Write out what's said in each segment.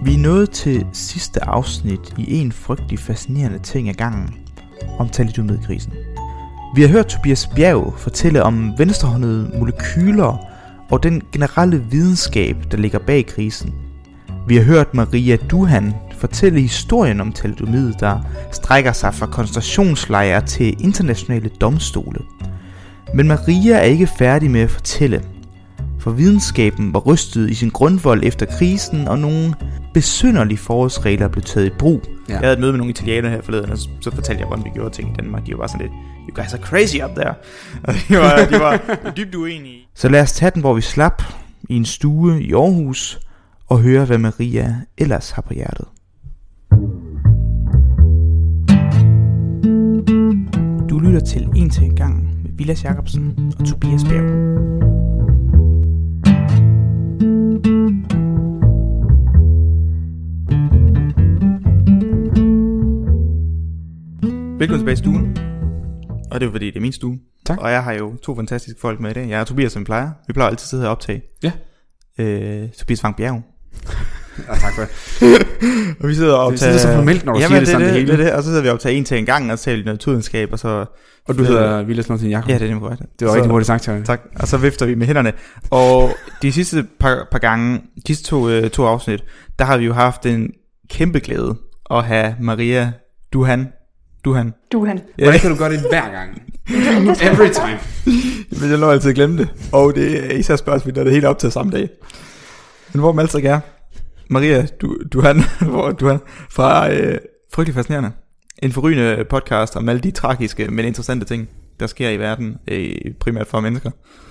Vi er nået til sidste afsnit i en frygtelig fascinerende ting ad gangen om thalidomidkrisen. Vi har hørt Tobias Bjerg fortælle om venstrehåndede molekyler og den generelle videnskab, der ligger bag krisen. Vi har hørt Maria Duhan fortælle historien om thalidomid, der strækker sig fra koncentrationslejre til internationale domstole. Men Maria er ikke færdig med at fortælle, for videnskaben var rystet i sin grundvold efter krisen, og nogle besynderlige forholdsregler blev taget i brug. Ja. Jeg havde et møde med nogle italienere her forleden, og så fortalte jeg, hvordan vi gjorde ting i Danmark. De var bare sådan lidt, you guys are crazy up there. Og de var dybt uenige. Så lad os tage den, hvor vi slap, i en stue i Aarhus, og høre, hvad Maria ellers har på hjertet. Du lytter til En til en gang med Vilas Jacobsen og Tobias Bjerg. Velkommen tilbage i stuen. Og det er fordi det er min stue. Tak. Og jeg har jo to fantastiske folk med i dag. Jeg er Tobias, som vi plejer. Vi plejer altid at sidde her og optage. Ja. Tobias Frank Bjerg. Ja, tak for det. Og vi sidder og optager. Det er så formelt, når du siger det sådan det hele. Det. Og så sidder vi og optager en til en gang og taler lidt naturvidenskab. Og du hedder Vilas Martin Jakob. Ja, det er korrekt. Det var rigtig hurtigt sagt til. Tak. Og så vifter vi med hænderne. Og de sidste par gange, de sidste to afsnit, der har vi jo haft en kæmpe glæde at have Maria Duhan. Hvordan kan du gøre det hver gang? Every time. Men jeg når altid at glemme det. Og det er især spørgsmål, når det er helt op til samme dag. Men hvor man altså er. Maria Duhan fra Frygtelig Fascinerende. En forrygende podcast om alle de tragiske, men interessante ting, der sker i verden, primært for mennesker.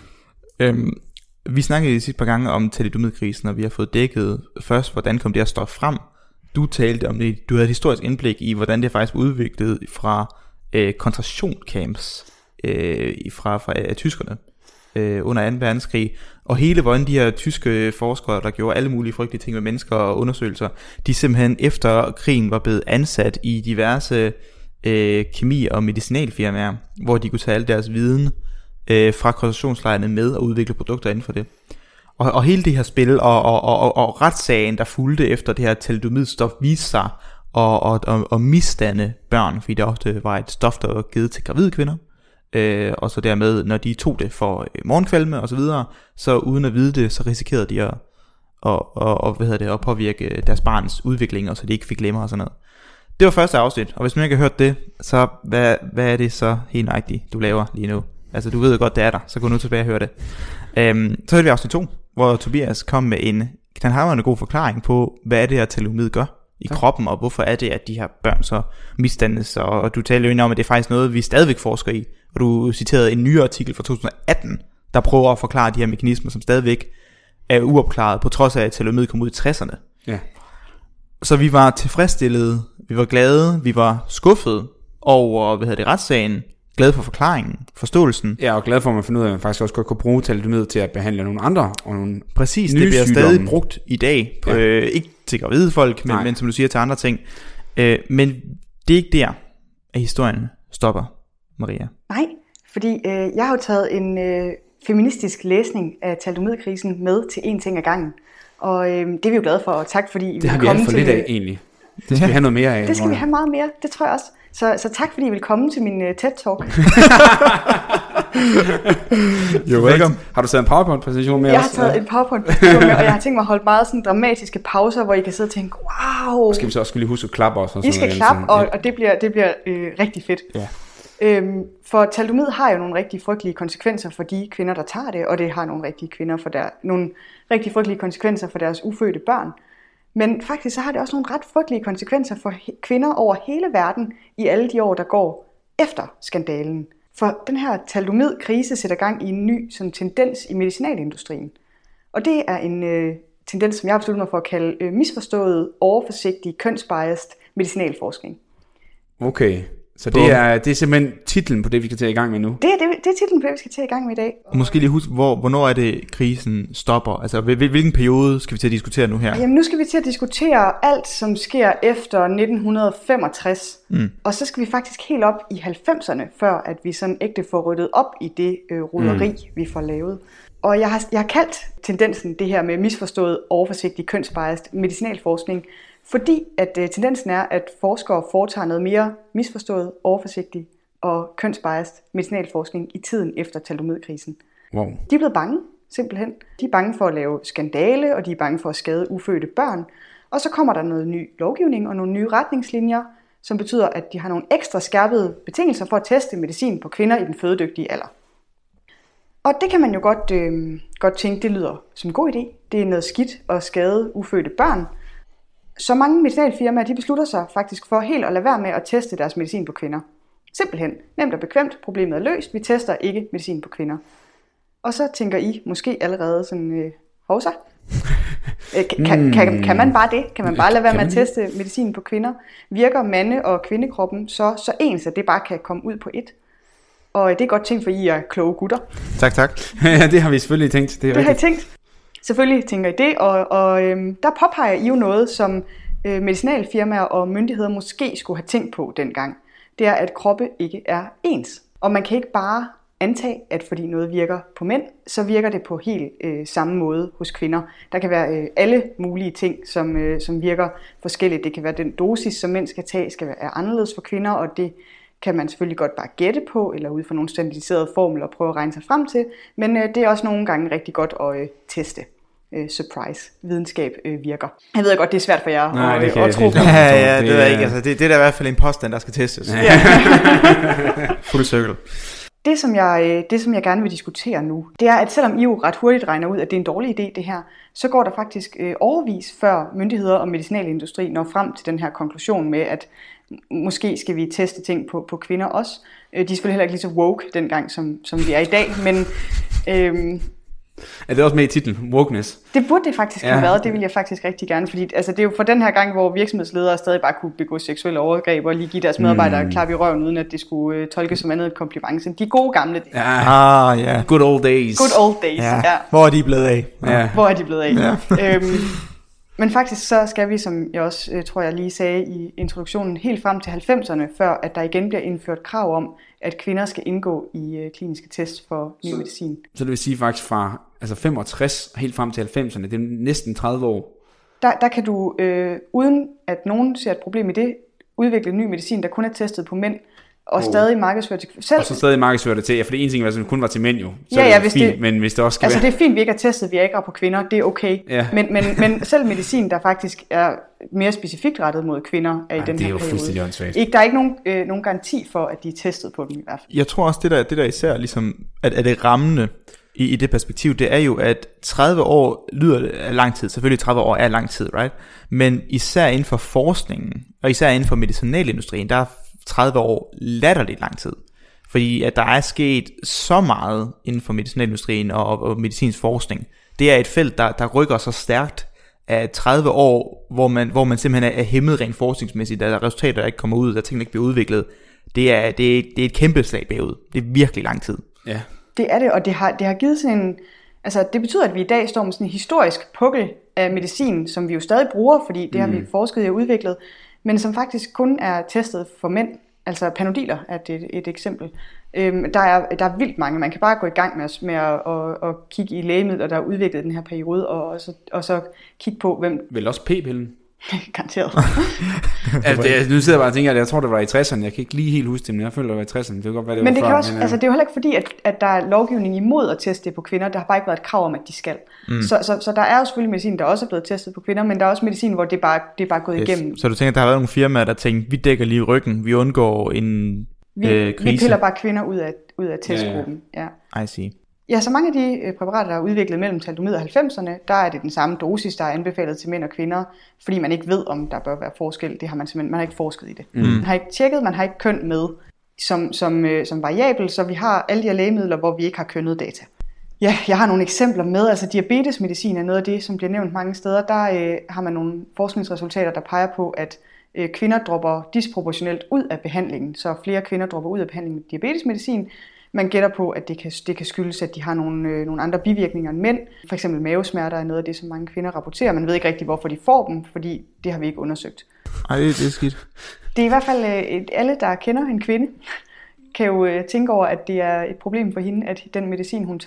Vi snakkede i sidste par gange om thalidomidkrisen, og vi har fået dækket først, hvordan kom det at stå frem. Du talte om det, du havde et historisk indblik i, hvordan det faktisk udviklede fra koncentrationscamps fra tyskerne under 2. verdenskrig, og hele hvordan de her tyske forskere, der gjorde alle mulige frygtelige ting med mennesker og undersøgelser, de simpelthen efter krigen var blevet ansat i diverse kemi- og medicinalfirmaer, hvor de kunne tage al deres viden fra koncentrationslejrene med og udvikle produkter inden for det. Og hele det her spil og retssagen, der fulgte efter det her thalidomidstof, viste sig og misdanne børn, fordi det ofte var et stof, der var givet til gravide kvinder. Og så dermed, når de tog det for morgenkvalme og så videre, så uden at vide det, så risikerede de at påvirke deres barns udvikling, og så de ikke fik lemmer og sådan noget. Det var første afsnit, og hvis man ikke har hørt det, så hvad er det så helt nøjagtigt, du laver lige nu? Altså du ved godt, det er der, så gå nu tilbage og hør det. Så hørte vi afsnit 2, hvor Tobias kom med en knaldhamrende god forklaring på, hvad er det her thalidomid gør i kroppen, og hvorfor er det, at de her børn så misdannes, og du talte jo ind om, at det er faktisk noget, vi stadigvæk forsker i, og du citerede en ny artikel fra 2018, der prøver at forklare de her mekanismer, som stadigvæk er uopklaret, på trods af, at thalidomid kom ud i 60'erne. Ja. Så vi var tilfredsstillede, vi var glade, vi var skuffede over, retssagen, glade for forklaringen, forståelsen. Ja, og glad for, at man finder ud af, at man faktisk også godt kunne bruge thalidomid til at behandle nogle andre og nogle præcis, det bliver sygdomme. Stadig brugt i dag. Ja. Ikke til gravide folk, men som du siger, til andre ting. Men det er ikke der, at historien stopper, Maria. Nej, fordi jeg har jo taget en feministisk læsning af thalidomidkrisen med til En ting ad gangen. Og det er vi jo glade for, og tak fordi I vil komme til. Det har vi alt for lidt af egentlig. Det skal vi have noget mere af. Det skal vi have meget mere, det tror jeg også. Så tak fordi I vil komme til min TED-talk. You're welcome. Har du taget en PowerPoint-præsentation med os? Jeg har taget en PowerPoint-præsentation med, og jeg har tænkt mig at holde meget sådan dramatiske pauser, hvor I kan sidde og tænke, wow. Skal vi så også lige huske at klappe os? I skal klappe, og det bliver rigtig fedt. Ja. For thalidomid har jo nogle rigtig frygtelige konsekvenser for de kvinder, der tager det, og det har nogle rigtig frygtelige konsekvenser for deres ufødte børn. Men faktisk så har det også nogle ret frygtelige konsekvenser for kvinder over hele verden i alle de år, der går efter skandalen. For den her thalidomidkrise sætter gang i en ny sådan, tendens i medicinalindustrien. Og det er en tendens, som jeg har besluttet mig for at kalde misforstået, overforsigtig, kønsbiased medicinalforskning. Okay. Så det er simpelthen titlen på det, vi skal tage i gang med nu? Det er titlen på det, vi skal tage i gang med i dag. Og måske lige huske, hvornår er det, krisen stopper? Altså, hvilken periode skal vi til at diskutere nu her? Jamen, nu skal vi til at diskutere alt, som sker efter 1965. Og så skal vi faktisk helt op i 90'erne, før at vi sådan ægte får ryddet op i det roderi, vi får lavet. Og jeg har kaldt tendensen det her med misforstået, overforsigtig, kønsbiased medicinalforskning, fordi at tendensen er, at forskere foretager noget mere misforstået, overforsigtig og kønsbiased medicinalforskning i tiden efter thalidomidkrisen. Wow. De er blevet bange, simpelthen. De er bange for at lave skandale, og de er bange for at skade ufødte børn. Og så kommer der noget ny lovgivning og nogle nye retningslinjer, som betyder, at de har nogle ekstra skærpede betingelser for at teste medicin på kvinder i den fødedygtige alder. Og det kan man jo godt tænke, det lyder som en god idé. Det er noget skidt at skade ufødte børn. Så mange medicinalfirmaer, de beslutter sig faktisk for helt at lade være med at teste deres medicin på kvinder. Simpelthen. Nemt og bekvemt. Problemet er løst. Vi tester ikke medicin på kvinder. Og så tænker I måske allerede sådan, hovsa. Kan man bare det? Kan man bare lade være med at teste medicin på kvinder? Virker mande- og kvindekroppen så ens, at det bare kan komme ud på ét? Og det er godt tænkt, for I er kloge gutter. Tak. Ja, det har vi selvfølgelig tænkt. Det har I tænkt. Selvfølgelig tænker I det, og der påpeger I jo noget, som medicinalfirmaer og myndigheder måske skulle have tænkt på dengang. Det er, at kroppe ikke er ens. Og man kan ikke bare antage, at fordi noget virker på mænd, så virker det på helt samme måde hos kvinder. Der kan være alle mulige ting, som virker forskelligt. Det kan være den dosis, som mænd skal tage, skal være anderledes for kvinder, og det kan man selvfølgelig godt bare gætte på, eller ud fra nogle standardiserede formler prøve at regne sig frem til. Men det er også nogle gange rigtig godt at teste. Surprise. Videnskab virker. Jeg ved godt, det er svært for jer at tro på. Ja, det er ikke. Altså, det er da i hvert fald en påstand, der skal testes. Ja. Full circle. Det, som jeg gerne vil diskutere nu, det er, at selvom I jo ret hurtigt regner ud, at det er en dårlig idé, det her, så går der faktisk årevis, før myndigheder og medicinalindustri når frem til den her konklusion med, at måske skal vi teste ting på kvinder også. De er selvfølgelig heller ikke lige så woke dengang, som vi er i dag, men er det også med i titlen, wokeness? Det burde det faktisk have været, det vil jeg faktisk rigtig gerne, fordi altså, det er jo for den her gang, hvor virksomhedsledere stadig bare kunne begå seksuelle overgreb og lige give deres medarbejdere klap i røven, uden at det skulle tolkes som andet et kompliment. Så de gode gamle dage. Ja. Good old days. Good old days, ja. Hvor er de blevet af? Ja. Hvor er de blevet af? Ja. Men faktisk så skal vi, som jeg også tror jeg lige sagde i introduktionen, helt frem til 90'erne, før at der igen bliver indført krav om, at kvinder skal indgå i kliniske tests for ny medicin. Så det vil sige faktisk fra 65 helt frem til 90'erne, det er næsten 30 år. Der kan du, uden at nogen ser et problem i det, udvikle ny medicin, der kun er testet på mænd, og stadig markedsført til selv. Og så stadig markedsført det til, for det ene ting er, at det kun var til mænd jo. Så ja, det hvis fint, det, men hvis det også skal altså være. det er fint, vi ikke har testet Viagra på kvinder, det er okay. Ja. Men selv medicin, der faktisk er mere specifikt rettet mod kvinder, er i den her periode. Det er jo fuldstændig åndssvagt. Der er ikke nogen garanti for, at de er testet på dem i hvert fald. Jeg tror også, det der især ligesom, at det rammende i det perspektiv, det er jo, at 30 år lyder af lang tid. Selvfølgelig 30 år er lang tid, right? Men især inden for forskningen, og især inden for medicinalindustrien, der er 30 år latterligt lang tid. Fordi at der er sket så meget inden for medicinalindustrien og medicinsk forskning. Det er et felt, der rykker så stærkt af 30 år, hvor man simpelthen er hæmmet rent forskningsmæssigt, der resultater der ikke kommer ud, der ting ikke bliver udviklet. Det er et kæmpe slag bagud. Det er virkelig lang tid. Ja. Det er det, og det har givet sådan en, altså det betyder, at vi i dag står med sådan en historisk pukkel af medicin, som vi jo stadig bruger, fordi det har vi forsket i og udviklet, men som faktisk kun er testet for mænd. Altså panodiler er et eksempel. Der er vildt mange. Man kan bare gå i gang med at kigge i lægemidler, der er udviklet i den her periode, og så kigge på, hvem... Vel også p-pillen? Garanteret. Nu sidder jeg bare og tænker, at jeg tror, det var i 60'erne. Jeg kan ikke lige helt huske det, men jeg føler, det var i 60'erne. Det kan godt være, det men var det før, kan også, altså det er jo heller ikke fordi, at der er lovgivning imod at teste det på kvinder. Der har bare ikke været et krav om, at de skal. Så der er jo selvfølgelig medicin, der også er blevet testet på kvinder, men der er også medicin, hvor det er bare gået igennem. Så du tænker, at der har været nogle firmaer, der tænker, vi dækker lige ryggen, vi undgår en krise? Vi piller bare kvinder ud af testgruppen. Ja. I see. Ja, så mange af de præparater, der er udviklet mellem thalidomid og 90'erne, der er det den samme dosis, der er anbefalet til mænd og kvinder, fordi man ikke ved, om der bør være forskel. Det har man simpelthen, man har ikke forsket i det. Man har ikke tjekket, man har ikke køn med som variabel, så vi har alle de her lægemidler, hvor vi ikke har kønnet data. Ja, jeg har nogle eksempler med, altså diabetesmedicin er noget af det, som bliver nævnt mange steder. Der har man nogle forskningsresultater, der peger på, at kvinder dropper disproportionelt ud af behandlingen, så flere kvinder dropper ud af behandlingen med diabetesmedicin. Man gætter på, at det kan skyldes, at de har nogle andre bivirkninger end mænd. For eksempel mavesmerter er noget af det, som mange kvinder rapporterer. Man ved ikke rigtig, hvorfor de får dem, fordi det har vi ikke undersøgt. Ej, det er skidt. Det er i hvert fald alle, der kender en kvinde, kan jo tænke over, at det er et problem for hende, at den medicin, hun tager,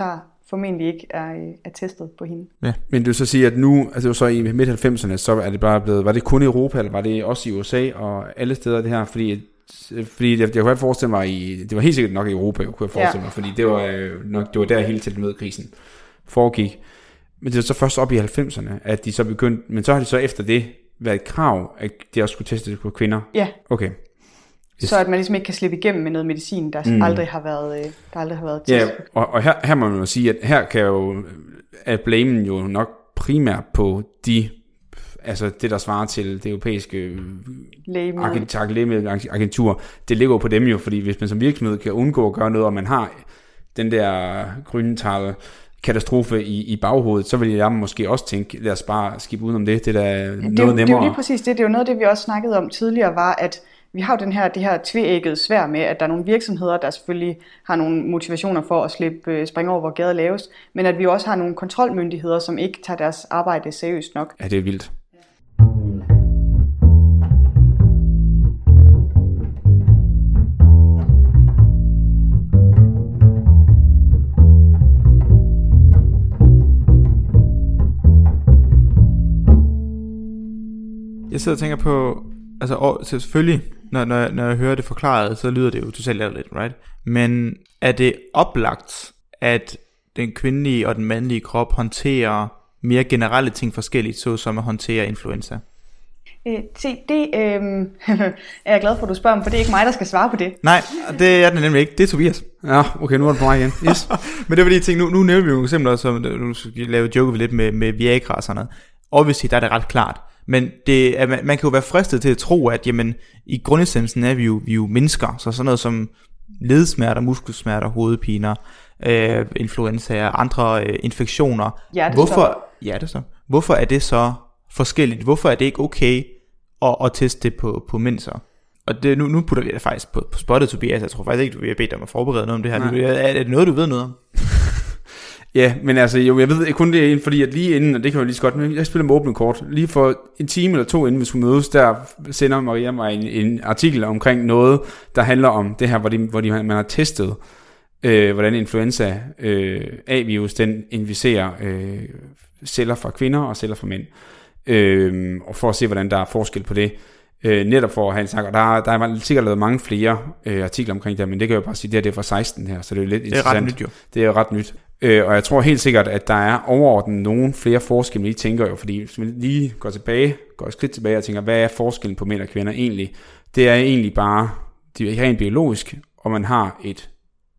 formentlig ikke er testet på hende. Ja. Men du så siger, at nu, altså så i midt-90'erne, så er det bare blevet, var det kun i Europa, eller var det også i USA og alle steder det her, fordi jeg kunne ikke forestille mig, det var helt sikkert nok i Europa, jeg kunne forestille mig, fordi det var nok, det var der hele telomerkrisen foregik. Men det er så først op i 90'erne, at de så begyndte, men så har det så efter det været et krav, at det også skulle testes på kvinder. Ja. Okay. Yes. Så at man ligesom ikke kan slippe igennem med noget medicin, der aldrig har været testet. Ja, og her må man jo sige, at her kan jo, at blamen jo nok primært på altså det der svarer til det europæiske lægemiddelagentur, det ligger jo på dem jo, fordi hvis man som virksomhed kan undgå at gøre noget, og man har den der grønnetal katastrofe i baghovedet, så vil jeg måske også tænke, lad os bare skifte udenom det. Det er da noget nemmere. Det er jo lige præcis det. Det er jo noget af det, vi også snakkede om tidligere, var, at vi har jo det her tveæggede sværd med, at der er nogle virksomheder, der selvfølgelig har nogle motivationer for at springe over, hvor gader laves, men at vi også har nogle kontrolmyndigheder, som ikke tager deres arbejde seriøst nok. Ja, det er vildt. Jeg sidder og tænker på, altså selvfølgelig, når jeg hører det forklaret, så lyder det jo totalt ærligt, right? Men er det oplagt, at den kvindelige og den mandlige krop håndterer mere generelle ting forskelligt, såsom at håndtere influenza? Det er jeg glad for, at du spørger om, for det er ikke mig, der skal svare på det. Nej, det er den nemlig ikke. Det er Tobias. Ja, okay, nu er det på mig igen. Yes. Men det var fordi, jeg tænkte, nu nævner vi jo eksempler, også, nu skal vi lave joke lidt med Viagra og sådan noget. Obviously, der er det ret klart. Men man kan jo være fristet til at tro, at jamen, i grundessensen er vi jo mennesker, så sådan noget som ledsmerter, muskelsmerter, hovedpiner, influenza og andre infektioner. Hvorfor er det så forskelligt? Hvorfor er det ikke okay at teste det på mænd så? Og det, nu putter vi det faktisk på spottet, Tobias. Jeg tror faktisk ikke, du vil bede dig om at forberede noget om det her. Er det noget, du ved noget om? Ja, men altså, jo, jeg ved kun det, fordi at lige inden, og det kan jo lige så godt, men jeg spiller med åbne kort, lige for en time eller to inden vi skulle mødes, der sender Maria mig en artikel omkring noget, der handler om det her, hvor man har testet, hvordan influenza A-virus, den inficerer celler fra kvinder og celler fra mænd, og for at se, hvordan der er forskel på det, netop for at have en snak, og der er sikkert lavet mange flere artikler omkring det, men det kan jeg jo bare sige, det er fra 16 her, så det er jo lidt interessant. Det er ret nyt jo. Det er jo ret nyt. Og jeg tror helt sikkert, at der er overordnet nogle flere forskelle, men I tænker jo, fordi hvis man lige går et skridt tilbage og tænker, hvad er forskellen på mænd og kvinder egentlig? Det er egentlig bare, det er rent biologisk, og man har et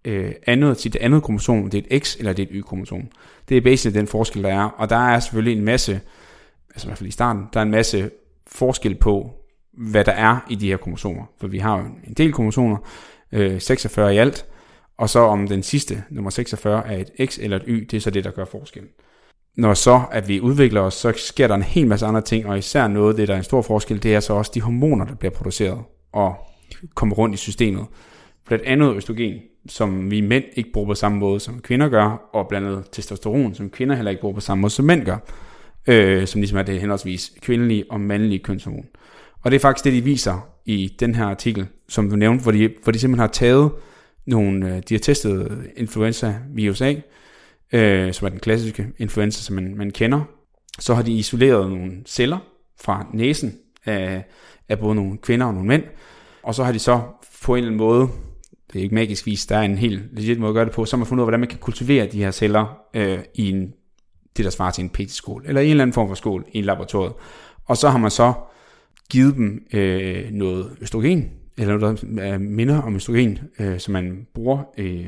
andet kromosom, det er et X eller det er et Y-kromosom. Det er basically den forskel, der er, og der er selvfølgelig en masse, altså i hvert fald i starten, der er en masse forskel på, hvad der er i de her kromosomer. For vi har jo en del kromosomer, 46 i alt, og så om den sidste, nummer 46, er et X eller et Y, det er så det, der gør forskellen. Når så, at vi udvikler os, så sker der en hel masse andre ting, og især noget, det der er en stor forskel, det er så også de hormoner, der bliver produceret og kommer rundt i systemet. Blandt andet østrogen, som vi mænd ikke bruger på samme måde, som kvinder gør, og blandt andet testosteron, som kvinder heller ikke bruger på samme måde, som mænd gør, som ligesom er det henholdsvis kvindelige og mandlige kønshormon. Og det er faktisk det, de viser i den her artikel, som du nævnte, hvor de simpelthen har taget de har testet influenza-virus A, som er den klassiske influenza, som man kender. Så har de isoleret nogle celler fra næsen af både nogle kvinder og nogle mænd, og så har de så på en eller anden måde, det er ikke magisk vis, der er en helt legit måde at gøre det på, så har man fundet ud af, hvordan man kan kultivere de her celler i det, der svarer til en PT-skål, eller en eller anden form for skål i en laboratoriet. Og så har man så givet dem noget østrogen, eller noget, der minder om østrogen, som man bruger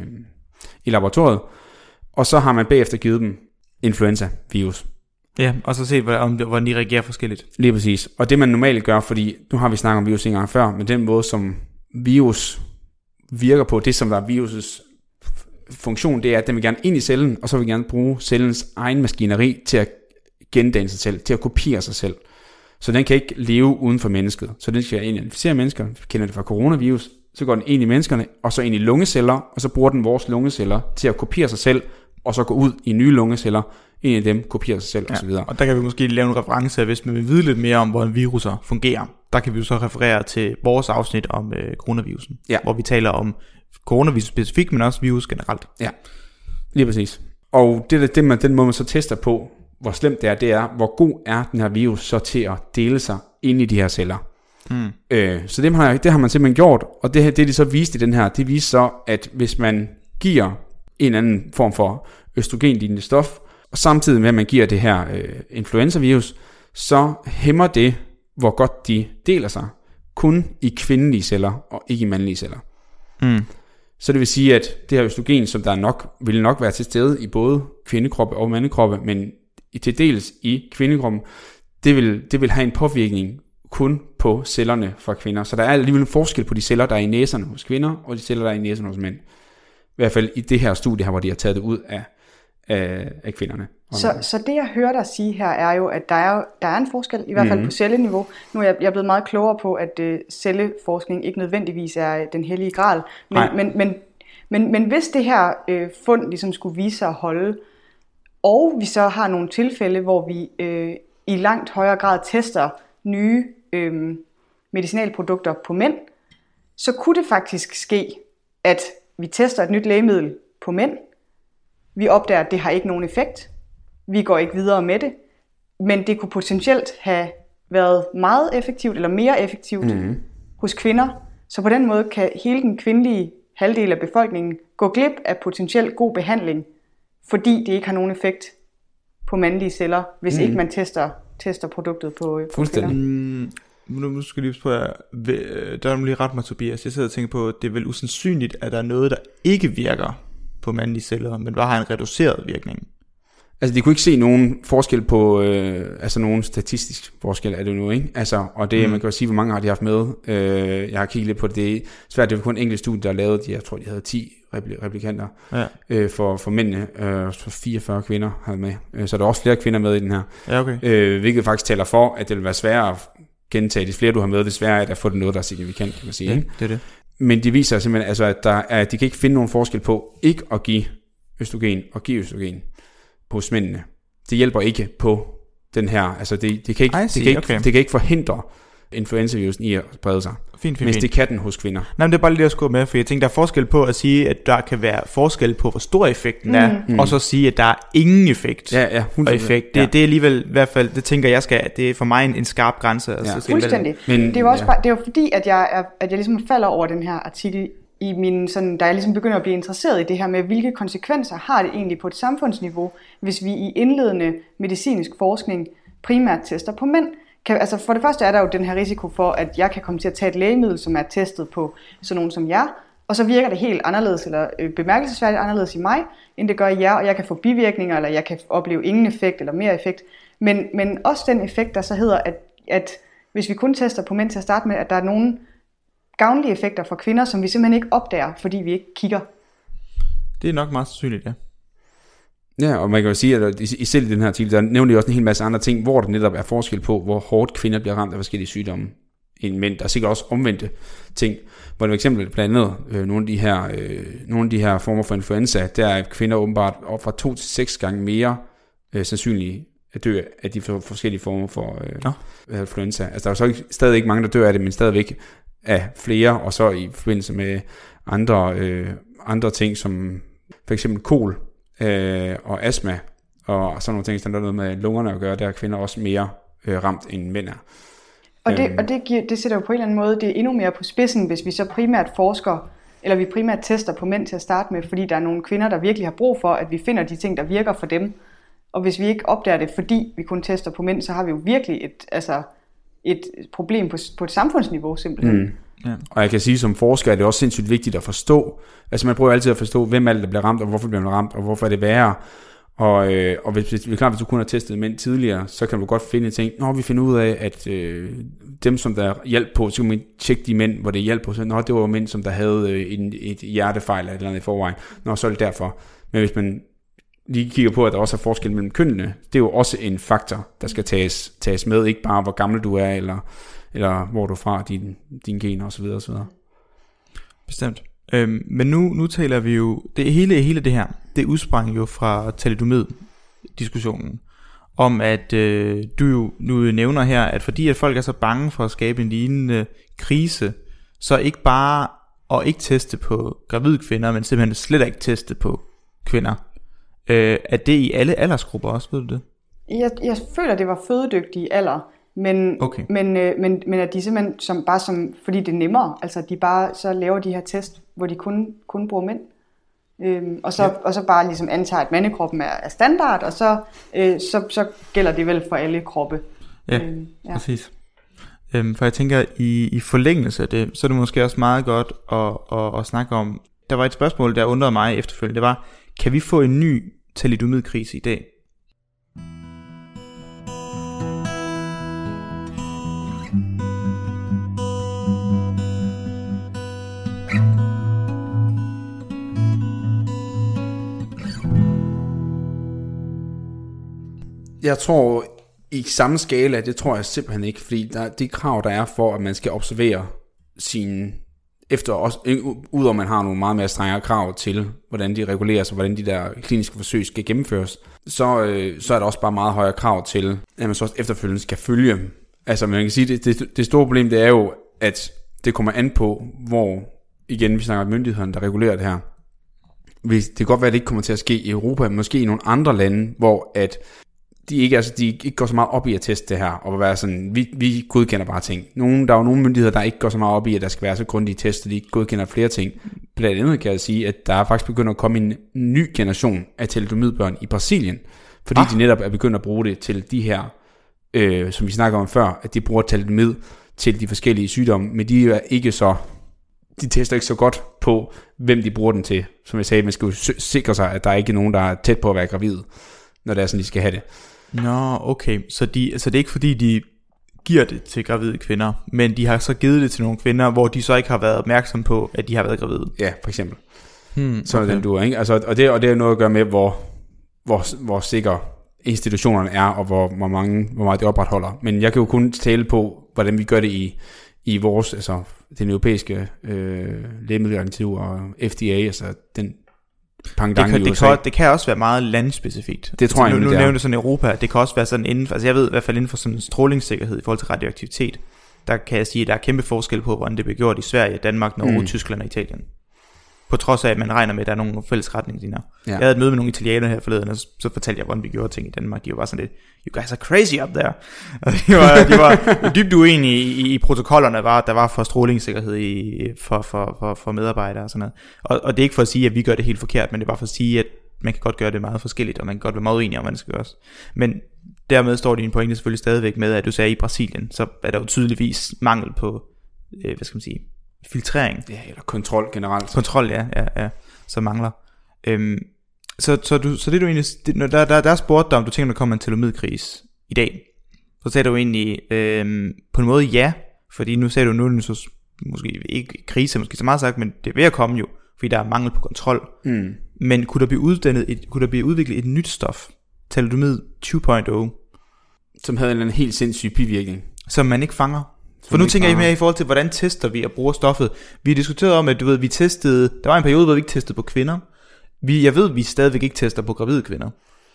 i laboratoriet. Og så har man bagefter givet dem influenza-virus. Ja, og så se, hvordan de reagerer forskelligt. Lige præcis. Og det man normalt gør, fordi nu har vi snakket om virus en gang før, men den måde, som virus virker på, det som der er virusets funktion, det er, at den vil gerne ind i cellen, og så vil gerne bruge cellens egen maskineri til at gendanne sig selv, til at kopiere sig selv. Så den kan ikke leve uden for mennesket. Så den skal inficere mennesker. Vi kender det fra coronavirus. Så går den ind i menneskerne, og så ind i lungeceller, og så bruger den vores lungeceller til at kopiere sig selv, og så gå ud i nye lungeceller, ind i dem, kopiere sig selv osv. Og der kan vi måske lave en reference, hvis man vil vide lidt mere om, hvordan viruser fungerer. Der kan vi jo så referere til vores afsnit om coronavirusen, hvor vi taler om coronavirus specifikt, men også virus generelt. Ja, lige præcis. Og den måde man så tester på, hvor slemt det er, hvor god er den her virus så til at dele sig ind i de her celler. Så det har man simpelthen gjort, og det de så viste i den her, det viste så, at hvis man giver en anden form for østrogenlignende stof, og samtidig med at man giver det her influenzavirus, så hæmmer det, hvor godt de deler sig, kun i kvindelige celler og ikke i mandlige celler. Så det vil sige, at det her østrogen, som der vil nok være til stede i både kvindekroppe og mandekroppe, men til dels i kvindekroppen, det vil have en påvirkning kun på cellerne fra kvinder. Så der er alligevel en forskel på de celler, der er i næserne hos kvinder, og de celler, der er i næserne hos mænd. I hvert fald i det her studie her, hvor de har taget det ud af kvinderne. Så det jeg hører dig sige her er jo, at der er en forskel, i hvert fald på celleniveau. Nu er jeg blevet meget klogere på, at celleforskning ikke nødvendigvis er den hellige gral. Men hvis det her fund ligesom skulle vise sig at holde, og vi så har nogle tilfælde, hvor vi i langt højere grad tester nye medicinalprodukter på mænd, så kunne det faktisk ske, at vi tester et nyt lægemiddel på mænd. Vi opdager, at det har ikke nogen effekt. Vi går ikke videre med det. Men det kunne potentielt have været meget effektivt, eller mere effektivt hos kvinder. Så på den måde kan hele den kvindelige halvdel af befolkningen gå glip af potentielt god behandling, fordi det ikke har nogen effekt på mandlige celler, hvis ikke man tester produktet på kvinder. Nu skal jeg lige på, der er lige ret mig, Tobias. Jeg sidder og tænker på, at det er vel usandsynligt, at der er noget, der ikke virker på mandlige celler, men bare har en reduceret virkning. Altså, de kunne ikke se nogen forskel på, nogen statistisk forskel er det nu, ikke? Altså, og det, man kan jo sige, hvor mange har de haft med. Jeg har kigget lidt på det. Det er svært, det var kun en enkelt studie, der lavede, jeg tror, de havde 10 replikanter for mændene, 44 kvinder havde med. Så der er også flere kvinder med i den her. Ja, okay. Hvilket faktisk taler for, at det vil være sværere at gentage. Des flere du har med, des sværere at få det noget, der er signifikant, kan man sige. Ja, det er det. Men det viser simpelthen, altså, at de kan ikke finde nogen forskel på ikke at give østrogen og give østrogen hos mændene. Det hjælper ikke på den her, altså det kan ikke forhindre influenzavirusen i at sprede sig. Fint. Det kan den hos kvinder. Nej, men det er bare lige at skubbe med, for jeg tænker, der er forskel på at sige, at der kan være forskel på, hvor stor effekten er, og så sige, at der er ingen effekt og effekt. Det er alligevel, i hvert fald, det tænker jeg det er for mig en skarp grænse. Altså, fuldstændig. Men, det er jo også bare, det er jo fordi, at jeg ligesom falder over den her artikel i min, sådan, da jeg ligesom begynder at blive interesseret i det her med, hvilke konsekvenser har det egentlig på et samfundsniveau, hvis vi i indledende medicinsk forskning primært tester på mænd. Altså for det første er der jo den her risiko for, at jeg kan komme til at tage et lægemiddel, som er testet på sådan nogen som jer, og så virker det helt anderledes, eller bemærkelsesværdigt anderledes i mig, end det gør i jer, og jeg kan få bivirkninger, eller jeg kan opleve ingen effekt, eller mere effekt. Men også den effekt, der så hedder, at hvis vi kun tester på mænd til at starte med, at der er nogle gavnlige effekter for kvinder, som vi simpelthen ikke opdager, fordi vi ikke kigger. Det er nok meget sandsynligt, ja. Ja, og man kan jo sige, at selv i den her artikel, der nævner de også en hel masse andre ting, hvor der netop er forskel på, hvor hårdt kvinder bliver ramt af forskellige sygdomme end mænd. Der er sikkert også omvendte ting, hvor det for eksempel blandt andet nogle af de her former for influenza, der er kvinder åbenbart op fra 2 til 6 gange mere sandsynlige at dø af de forskellige former for influenza. Altså der er så stadig ikke mange, der dør af det, men stadigvæk af flere, og så i forbindelse med andre ting, som for eksempel kol og astma, og sådan nogle ting, der er noget med lungerne at gøre, der er kvinder også mere ramt end mænd er. Og det sætter jo på en eller anden måde, det er endnu mere på spidsen, hvis vi så primært forsker, eller vi primært tester på mænd til at starte med, fordi der er nogle kvinder, der virkelig har brug for, at vi finder de ting, der virker for dem. Og hvis vi ikke opdager det, fordi vi kun tester på mænd, så har vi jo virkelig et problem på et samfundsniveau simpelthen. Ja. Og jeg kan sige, som forsker er det også sindssygt vigtigt at forstå, altså man prøver altid at forstå, hvem er det, der bliver ramt, og hvorfor bliver man ramt, og hvorfor er det værre. Og hvis du kun har testet mænd tidligere, så kan du godt finde ting, når vi finder ud af, at dem, som der hjalp på, så kan man tjekke de mænd, hvor det hjalp på, så det var mænd, som der havde et hjertefejl eller et eller andet i forvejen, så er det derfor. Men hvis man lige kigger på, at der også er forskel mellem kønnene, det er jo også en faktor, der skal tages med, ikke bare hvor gammel du er, eller hvor du er fra, din gener osv. osv. Bestemt. Men nu taler vi jo, det hele det her, det udsprang jo fra thalidomid-diskussionen, om at du jo nu nævner her, at fordi at folk er så bange for at skabe en lignende krise, så ikke bare at ikke teste på gravide kvinder, men simpelthen slet ikke teste på kvinder. Er det i alle aldersgrupper også, ved du det? Jeg føler, det var fødedygtige alder, men at de simpelthen, fordi det er nemmere, altså de bare så laver de her test, hvor de kun bruger mænd. Og så bare ligesom antager, at mandekroppen er standard, og så gælder det vel for alle kroppe. Ja, præcis. For jeg tænker, i forlængelse af det, så er det måske også meget godt at snakke om. Der var et spørgsmål, der undrede mig efterfølgende. Det var, kan vi få en ny thalidomidkrise i dag? Jeg tror i samme skala, det tror jeg simpelthen ikke, fordi der er de krav, der er for, at man skal observere sine, efter også, udover man har nogle meget mere strengere krav til, hvordan de reguleres og hvordan de der kliniske forsøg skal gennemføres, så er der også bare meget højere krav til, at man så også efterfølgende skal følge. Altså man kan sige, det store problem, det er jo, at det kommer an på, hvor, igen vi snakker om myndighederne, der regulerer det her. Det kan godt være, at det ikke kommer til at ske i Europa, men måske i nogle andre lande, hvor at de ikke går så meget op i at teste det her, og være sådan, vi godkender bare ting. Der er jo nogle myndigheder, der ikke går så meget op i, at der skal være så grundige tester, de godkender flere ting. Blandt andet kan jeg sige, at der er faktisk begyndt at komme en ny generation af thalidomidbørn i Brasilien, fordi de netop er begyndt at bruge det til de her, som vi snakker om før, at de bruger thalidomid til de forskellige sygdomme, men de er ikke så, de tester ikke så godt på, hvem de bruger den til. Som jeg sagde, man skal jo sikre sig, at der ikke er nogen, der er tæt på at være gravid, når det er sådan, de skal have det. Nå, okay. Så det er ikke fordi, de giver det til gravide kvinder, men de har så givet det til nogle kvinder, hvor de så ikke har været opmærksomme på, at de har været gravide. Ja, for eksempel. Så okay. Den du er, ikke? Altså, og det er noget at gøre med, hvor sikre institutionerne er, og hvor meget det opretholder. Men jeg kan jo kun tale på, hvordan vi gør det i vores, altså den europæiske lægemiddelagentur og FDA, altså den det kan også være meget landspecifikt. Det tror jeg nu nævner du sådan Europa. Det kan også være sådan inden for, altså jeg ved i hvert fald inden for sådan strålingssikkerhed i forhold til radioaktivitet. Der kan jeg sige, at der er kæmpe forskel på, hvordan det bliver gjort i Sverige, Danmark, Norge, Tyskland og Italien. På trods af, at man regner med, at der er nogle fælles retningslinjer. Ja. Jeg havde et møde med nogle italienere her forleden, og så fortalte jeg, hvordan vi gjorde ting i Danmark. De var bare sådan lidt, you guys are crazy up there. Og de var dybt uenige i protokollerne, der var for strålingssikkerhed for medarbejdere og sådan noget. Og det er ikke for at sige, at vi gør det helt forkert, men det er bare for at sige, at man kan godt gøre det meget forskelligt, og man kan godt være meget uenige om, hvad det skal gøres. Men dermed står din pointe selvfølgelig stadigvæk med, at du sagde i Brasilien, så er der jo tydeligvis mangel på, hvad skal man sige, filtrering. Ja, eller kontrol generelt. Kontrol, ja, så mangler. Så det du egentlig, når der er spurgt dig, om du tænker, der kommer en thalidomidkrise i dag, så sagde du egentlig på en måde ja, fordi nu sagde du nu så måske ikke krise, måske så meget sagt, men det er ved at komme jo, fordi der er mangel på kontrol. Men kunne der blive udviklet et nyt stof, thalidomid 2.0, som havde en helt sindssyg bivirkning, som man ikke fanger? For nu tænker jeg mere i forhold til, hvordan tester vi og bruger stoffet. Vi diskuterede om, at vi testede, der var en periode, hvor vi ikke testede på kvinder. Jeg ved, at vi stadigvæk ikke tester på gravide kvinder.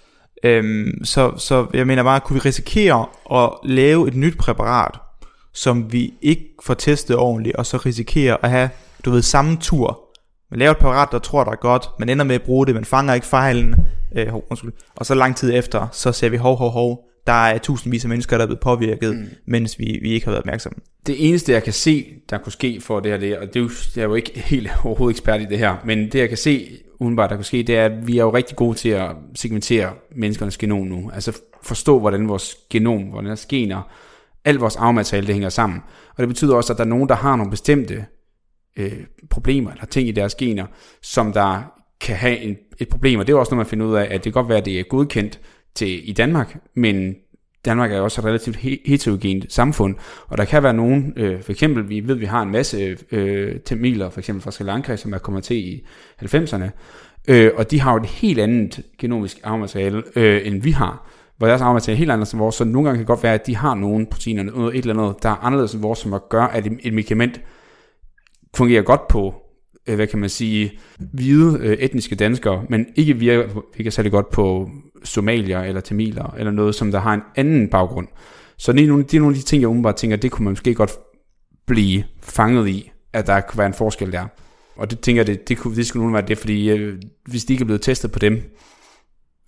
Så jeg mener bare, kunne vi risikere at lave et nyt præparat, som vi ikke får testet ordentligt, og så risikere at have, samme tur. Man laver et præparat, der tror, der er godt, man ender med at bruge det, man fanger ikke fejlen, og så lang tid efter, så ser vi der er tusindvis af mennesker, der er blevet påvirket, mens vi ikke har været opmærksomme. Det eneste, jeg kan se, der kunne ske for det her, og jeg er jo ikke helt overhovedet ekspert i det her, men det, jeg kan se udenbart, der kunne ske, det er, at vi er jo rigtig gode til at segmentere menneskernes genom nu. Altså forstå, hvordan vores genom, hvordan deres gener, alt vores arvemateriale, det hænger sammen. Og det betyder også, at der er nogen, der har nogle bestemte problemer, eller ting i deres gener, som der kan have et problem. Og det er også noget, man finder ud af, at det kan godt være, at det er godkendt i Danmark, men Danmark er jo også et relativt heterogent samfund, og der kan være nogen, for eksempel, vi har en masse tamiler, for eksempel fra Sri Lanka, som er kommet til i 90'erne, og de har jo et helt andet genomisk arvemateriale, end vi har, hvor deres arvemateriale er helt andet end vores, så nogle gange kan det godt være, at de har nogle proteiner, et eller andet, der er anderledes end vores, som at gøre, at et medicament fungerer godt på, hvad kan man sige, hvide etniske danskere, men ikke virker særlig godt på somalier eller tamiler, eller noget, som der har en anden baggrund. Så det er nogle af de ting, jeg umiddelbart tænker, det kunne man måske godt blive fanget i, at der kunne være en forskel der. Og det tænker jeg, det skulle nogen være det, fordi hvis de ikke er blevet testet på dem,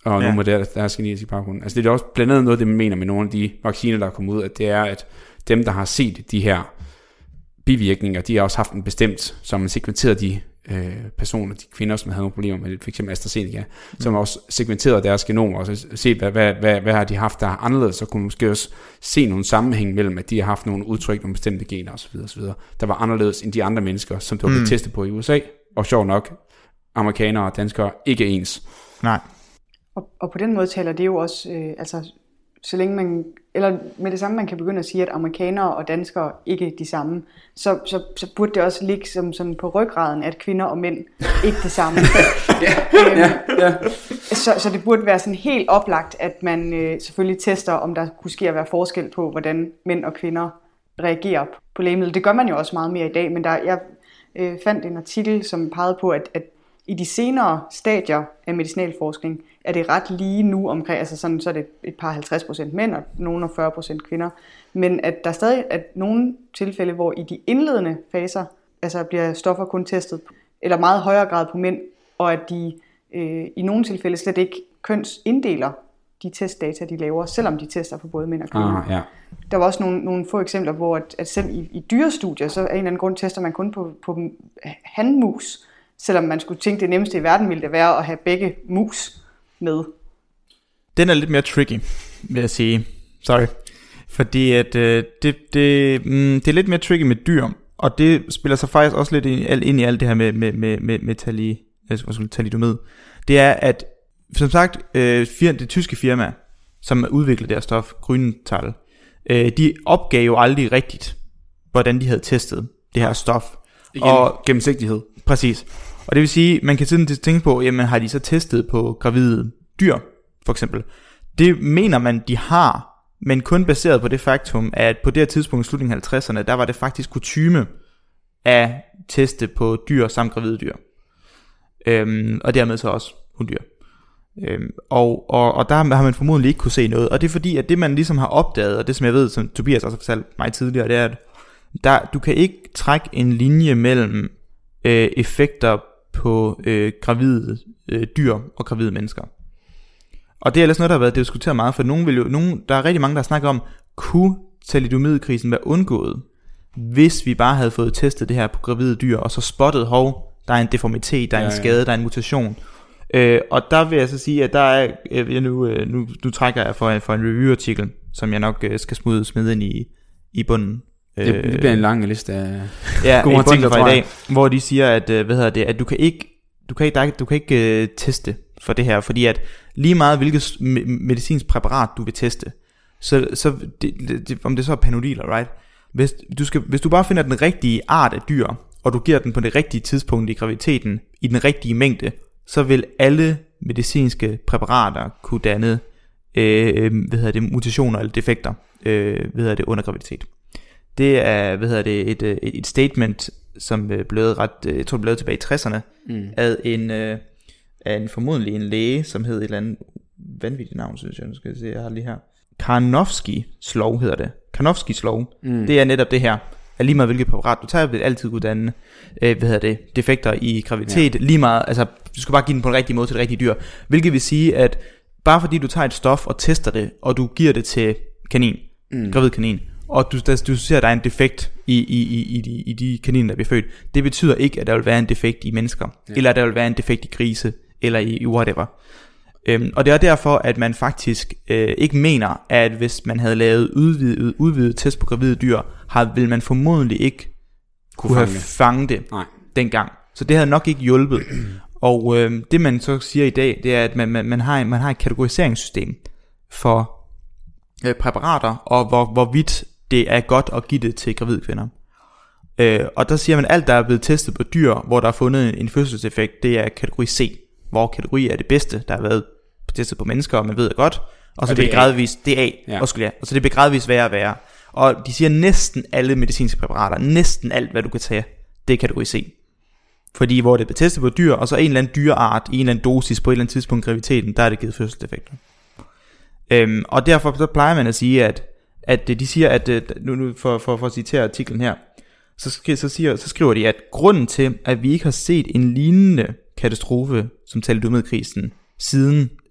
og nogle med deres genetiske baggrund. Altså det er også blandt andet noget, det man mener med nogle af de vacciner, der er kommet ud, at det er, at dem, der har set de her bivirkninger, de har også haft en bestemt, som man segmenteret de personer, de kvinder, som havde nogle problemer med f.eks. AstraZeneca, som også segmenteret deres genom, og så set, hvad har de haft, der er anderledes, så kunne man måske også se nogle sammenhæng mellem, at de har haft nogle udtryk, nogle bestemte gener osv., der var anderledes end de andre mennesker, som der var blevet testet på i USA, og sjovt nok, amerikanere og danskere ikke ens. Nej. Og på den måde taler det jo også, altså så længe man, eller med det samme man kan begynde at sige, at amerikanere og danskere ikke er de samme, så burde det også ligge som sådan på ryggraden, at kvinder og mænd ikke det samme. Så det burde være sådan helt oplagt, at man selvfølgelig tester, om der kunne ske at være forskel på, hvordan mænd og kvinder reagerer på lægemiddel. Det gør man jo også meget mere i dag, men jeg fandt en artikel, som pegede på, at i de senere stadier af medicinalforskning er det ret lige nu omkring, altså sådan, så er det et par 50% mænd og nogle 40% kvinder, men at der stadig er nogle tilfælde, hvor i de indledende faser, altså bliver stoffer kun testet, eller meget højere grad på mænd, og at de i nogle tilfælde slet ikke kønsinddeler de testdata, de laver, selvom de tester for både mænd og kvinder. Ja. Der var også nogle få eksempler, hvor at selv i dyrestudier, så af en eller anden grund tester man kun på hanmus, selvom man skulle tænke, det nemmeste i verden ville det være at have begge mus med. Den er lidt mere tricky, vil jeg sige. Sorry. Fordi at, det er lidt mere tricky med dyr, og det spiller sig faktisk også lidt ind i alt det her med thalidomid. Det er, at som sagt, det tyske firma, som udviklede det her stof, Grünenthal, de opgav jo aldrig rigtigt, hvordan de havde testet det her stof. Og gennemsigtighed. Præcis. Og det vil sige, man kan sådan tænke på, jamen har de så testet på gravide dyr, for eksempel. Det mener man, de har, men kun baseret på det faktum, at på det her tidspunkt i slutningen af 50'erne, der var det faktisk kutyme at teste på dyr samt gravide dyr. Og dermed så også hundyr. Og der har man formodentlig ikke kunne se noget. Og det er fordi, at det man ligesom har opdaget, og det som jeg ved, som Tobias også har fortalt mig tidligere, det er, at du kan ikke trække en linje mellem effekter på gravide dyr og gravide mennesker. Og det er ellers noget, der har været diskuteret meget, for der er rigtig mange, der har snakket om, kunne thalidomidkrisen være undgået, hvis vi bare havde fået testet det her på gravide dyr, og så spottet, der er en deformitet, der er en skade, der er en mutation. Og der vil jeg så sige, at der er, nu trækker jeg for en review-artikel, som jeg nok skal smide ind i bunden. Det bliver en lang liste af gode artikler fra i dag, hvor de siger, at du kan ikke teste for det her, fordi at lige meget hvilket medicinsk præparat du vil teste, så om det så er Panodil, right? Hvis du bare finder den rigtige art af dyr, og du giver den på det rigtige tidspunkt i graviditeten, i den rigtige mængde, så vil alle medicinske præparater kunne danne mutationer eller defekter under graviditet. Det er et statement, som blev jeg tror det blev tilbage i 60'erne af formodentlig en læge, som hed et eller andet vanvittigt navn, synes jeg. Nu skal jeg se, jeg har lige her. Karnofskis lov hedder det. Karnofskis lov. Det er netop det her. At lige meget hvilket præparat du tager, vil altid kunne danne defekter i graviditet. Ja. Lige meget, altså du skal bare give den på den rigtige måde til det rigtige dyr. Hvilket vil sige, at bare fordi du tager et stof og tester det, og du giver det til kanin, gravid kanin, og du ser, at der er en defekt i de kaniner, der bliver født, det betyder ikke, at der vil være en defekt i mennesker, eller at der vil være en defekt i grise, eller i whatever. Og det er derfor, at man faktisk ikke mener, at hvis man havde lavet udvidet test på gravide dyr, vil man formodentlig ikke kunne have fanget det dengang. Så det havde nok ikke hjulpet. Og det man så siger i dag, det er, at man har et kategoriseringssystem for præparater, og hvorvidt det er godt at give det til gravide kvinder. Og der siger man, at alt der er blevet testet på dyr, hvor der er fundet en fødselseffekt, det er kategori C, hvor kategori er det bedste, der har været testet på mennesker, og man ved det godt, og så det er gradvist, det er A, og så det bliver gradvist værre og værre. Og de siger, næsten alle medicinske præparater, næsten alt hvad du kan tage, det er kategori C. Fordi hvor det er testet på dyr, og så en eller anden dyreart, i en eller anden dosis på et eller andet tidspunkt i graviditeten, der er det givet fødselseffekter. Og derfor så plejer man at sige, at de siger, at nu for at citere artiklen her, så skriver de, at grunden til, at vi ikke har set en lignende katastrofe som thalidomidkrisen siden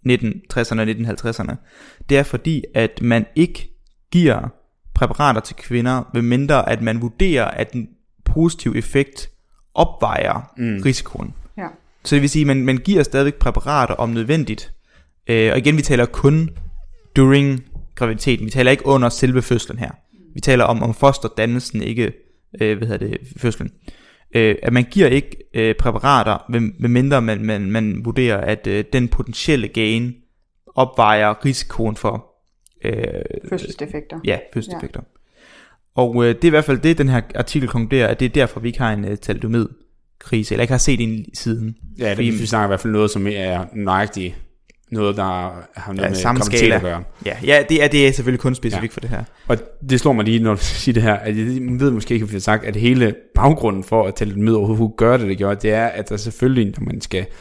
1960'erne og 1950'erne. Det er fordi, at man ikke giver præparater til kvinder, medmindre at man vurderer, at den positive effekt opvejer risikoen. Ja. Så det vil sige, at man giver stadigvæk præparater om nødvendigt. Og igen, vi taler kun during graviditeten. Vi taler ikke under selve fødslen her. Vi taler om fosterdannelsen, ikke fødslen. At man giver ikke præparater, medmindre man vurderer, at den potentielle gain opvejer risikoen for fødselsdefekter. Ja, fødselsdefekter. Ja. Og det er i hvert fald det, den her artikel konkluderer, at det er derfor, vi ikke har en thalidomid-krise, eller ikke har set en siden. Ja, vi snakker i hvert fald noget, som er nøjagtigt noget, der har noget med graviditet at gøre. Ja, det er selvfølgelig kun specifikt for det her. Og det slår mig lige, når du siger det her, at jeg ved måske ikke, at jeg har sagt, at hele baggrunden for at thalidomid overhovedet gør det gør, det er, at der selvfølgelig, når man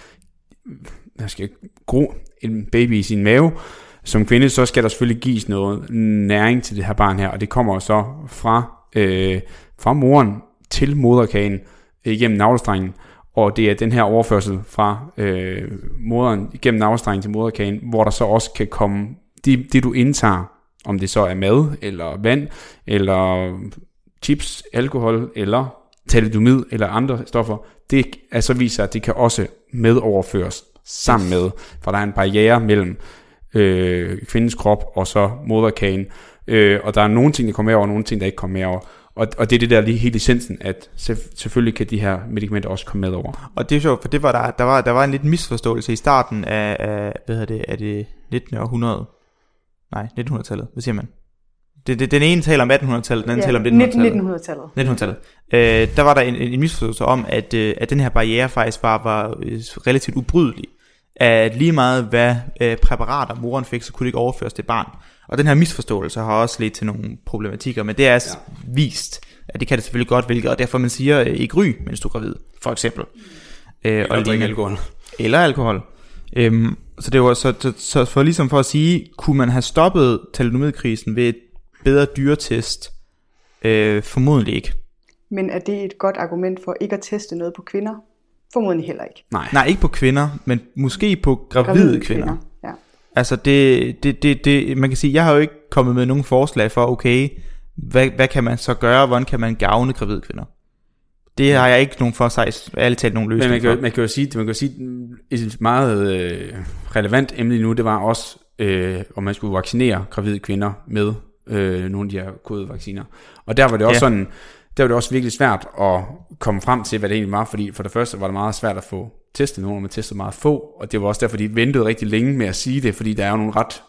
skal gro en baby i sin mave, som kvinde, så skal der selvfølgelig gives noget næring til det her barn her, og det kommer så fra moren til moderkagen igennem navlestrengen, og det er den her overførsel fra moderen igennem navlestrengen til moderkagen, hvor der så også kan komme det du indtager, om det så er mad, eller vand, eller chips, alkohol, eller thalidomid, eller andre stoffer, det altså viser, at det kan også medoverføres sammen med, for der er en barriere mellem kvindens krop og så moderkagen, og der er nogle ting, der kommer med over, og nogle ting, der ikke kommer med over. Og det er det der lige helt essensen, at selvfølgelig kan de her medicamenter også komme med over. Og det er sjovt, for det var der var en lidt misforståelse i starten af er det 19. århundrede? Nej, 1900-tallet. Hvad siger man? Den ene taler om 1800-tallet, den anden taler om 1900-tallet. 1900-tallet. Der var der en misforståelse om, at den her barriere faktisk var relativt ubrydelig. At lige meget hvad præparater moren fik, så kunne det ikke overføres til barn. Og den her misforståelse har også ledt til nogle problematikker, men det er vist, at det kan det selvfølgelig godt, hvilket, og derfor man siger, ikke ryg, mens du er gravid, for eksempel. Eller drikke alkohol. Eller alkohol. Så det var så for ligesom for at sige, kunne man have stoppet thalidomidkrisen ved et bedre dyretest? Formodentlig ikke. Men er det et godt argument for ikke at teste noget på kvinder? Formodentlig heller ikke. Nej, ikke på kvinder, men måske på gravide kvinder. Ja. Altså det man kan sige, jeg har jo ikke kommet med nogen forslag for, okay, hvad kan man så gøre, hvordan kan man gavne gravide kvinder? Det har jeg ikke nogen for sig, ærligt talt nogen løsning for. Men man kan jo sige, et meget relevant emne nu, det var også, om man skulle vaccinere gravide kvinder med nogle af de her kodede-vacciner. Og der var det også sådan, der var det også virkelig svært at komme frem til, hvad det egentlig var, fordi for det første var det meget svært at få testet nogen, og man testede meget få, og det var også derfor, de ventede rigtig længe med at sige det, fordi der er jo nogle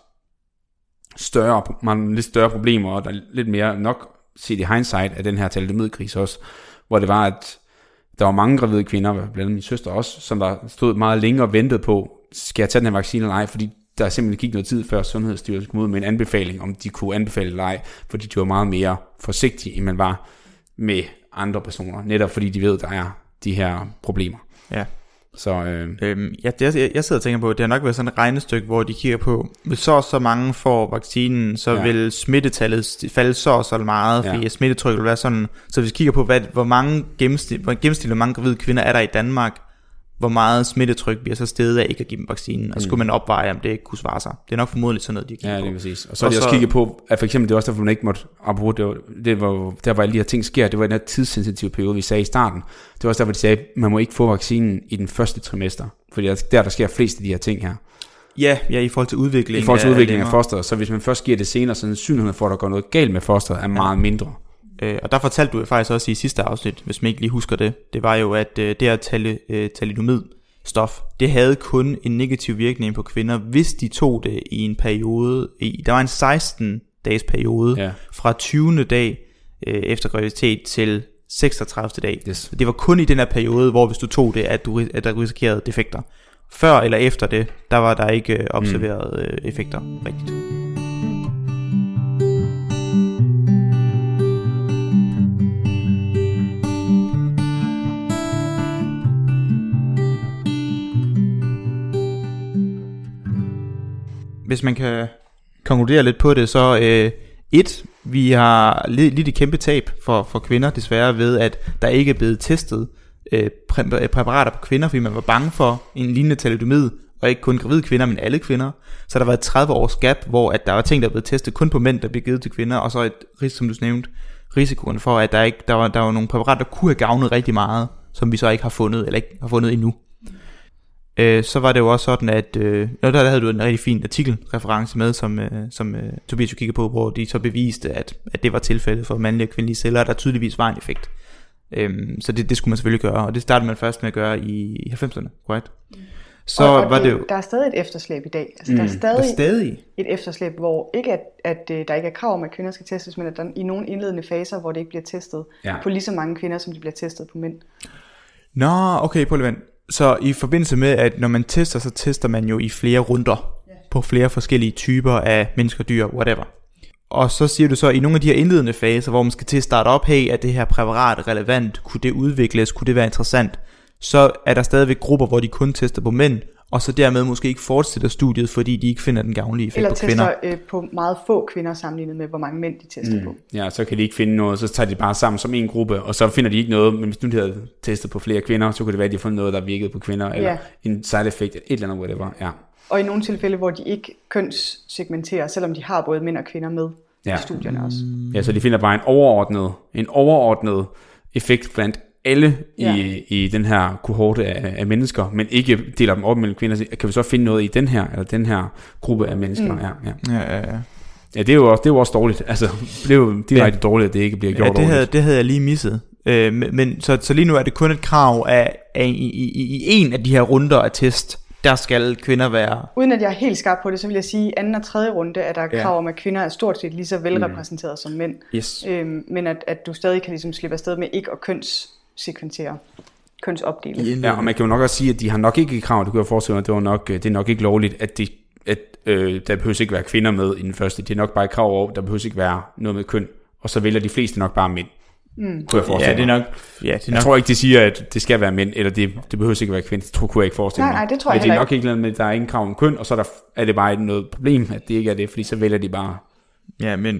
lidt større problemer, og der er lidt mere nok set i hindsight af den her thalidomidkrise også, hvor det var, at der var mange gravide kvinder, blandt andet min søster også, som der stod meget længe og ventede på, skal jeg tage den her vaccine eller ej, fordi der simpelthen gik noget tid før Sundhedsstyrelsen kom ud med en anbefaling, om de kunne anbefale eller ej, fordi de var meget mere forsigtige, end man var med andre personer, netop fordi de ved, at der er de her problemer. Ja. Så jeg sidder og tænker på, at det har nok været sådan et regnestykke, hvor de kigger på, hvis så mange får vaccinen, så vil smittetallet falde så meget, fordi smittetrykket vil være sådan. Så hvis vi kigger på, hvor mange gennemsnitligt, hvor mange gravide kvinder er der i Danmark, hvor meget smittetryk bliver så steget af ikke at give dem vaccinen, og skulle man opveje, om det ikke kunne svare sig. Det er nok formodentlig sådan noget, de kigger på. Ja, det er præcis. Og så har de også kigget på, at for eksempel, det er også derfor, man ikke måtte apropos, det var der, hvor alle de her ting sker, det var den her tidssensitive periode, vi sagde i starten. Det var også derfor, de sagde, at man må ikke få vaccinen i den første trimester, fordi der sker flest af de her ting her. Ja, i forhold til udviklingen. I forhold til udviklingen af fosteret, så hvis man først giver det senere, så sandsynligheden for, at der går noget galt med fosteret, er meget mindre. Og der fortalte du faktisk også i sidste afsnit, hvis man ikke lige husker det, det var jo, at det her thalidomidstof, det havde kun en negativ virkning på kvinder, hvis de tog det i en periode, der var en 16 dages periode, fra 20. dag efter graviditet til 36. dag. Yes. Det var kun i den her periode, hvor hvis du tog det, at der risikerede defekter. Før eller efter det, der var der ikke observeret effekter rigtigt. Hvis man kan konkludere lidt på det, så vi har lidt et kæmpe tab for kvinder, desværre ved, at der ikke er blevet testet præparater på kvinder, fordi man var bange for en lignende thalidomid og ikke kun gravide kvinder, men alle kvinder. Så der har været 30 års gap, hvor at der var ting, der er blevet testet kun på mænd, der bliver givet til kvinder, og så som du nævnte, risikoen for, at der var nogle præparater, der kunne have gavnet rigtig meget, som vi så ikke har fundet, eller ikke har fundet endnu. Så var det jo også sådan, at der havde du en rigtig fin artikelreference med, som Tobias jo kigger på, hvor de så beviste, at det var tilfældet for mandlige og kvindelige celler, der tydeligvis var en effekt. Så det skulle man selvfølgelig gøre, og det startede man først med at gøre i 90'erne, correct? Så og var det jo... Der er stadig et efterslæb i dag. Altså, der er stadig et efterslæb, hvor ikke at der ikke er krav om, at kvinder skal testes, men at der i nogle indledende faser, hvor det ikke bliver testet på lige så mange kvinder, som de bliver testet på mænd. Nå, okay, på Levent. Så i forbindelse med, at når man tester, så tester man jo i flere runder på flere forskellige typer af mennesker, dyr, whatever. Og så siger du så, i nogle af de her indledende faser, hvor man skal til at starte op, hey, er det her præparat relevant? Kunne det udvikles? Kunne det være interessant? Så er der stadigvæk grupper, hvor de kun tester på mænd, og så dermed måske ikke fortsætter studiet, fordi de ikke finder den gavnlige effekt på kvinder. Eller tester på meget få kvinder sammenlignet med, hvor mange mænd de tester på. Ja, så kan de ikke finde noget, så tager de bare sammen som en gruppe, og så finder de ikke noget, men hvis nu de havde testet på flere kvinder, så kunne det være, at de har fundet noget, der virkede på kvinder, eller en side effect, et eller andet, whatever. Ja. Og i nogle tilfælde, hvor de ikke kønssegmenterer, selvom de har både mænd og kvinder med i studierne også. Ja, så de finder bare en overordnet effekt blandt alle i den her kohorte af mennesker, men ikke deler dem op mellem kvinder. Kan vi så finde noget i den her gruppe af mennesker? Ja, det er jo også dårligt. Altså, det er jo direkte dårligt, at det ikke bliver gjort ordentligt. Det havde jeg lige misset. Men så lige nu er det kun et krav af i en af de her runder af test, der skal kvinder være... Uden at jeg er helt skarp på det, så vil jeg sige, at i anden og tredje runde er der krav om, at kvinder er stort set lige så velrepræsenteret som mænd. Yes. Men at du stadig kan ligesom slippe afsted med ikke at kønssekventere, kønsopdele. Ja, og man kan jo nok også sige, at de har nok ikke krav, det kunne jeg forestille mig, det er nok ikke lovligt, at der behøver ikke være kvinder med i den første. Det er nok bare et krav over, der behøver ikke være noget med køn, og så vælger de fleste nok bare mænd. Kunne jeg forestille mig. Jeg tror ikke, de siger, at det skal være mænd, eller det behøver ikke være kvinder. Det kunne jeg ikke forestille mig. Nej, det tror jeg men det er nok ikke noget med, at der er ingen krav om køn, og så er det bare noget problem, at det ikke er det, fordi så vælger de bare... Ja, mænd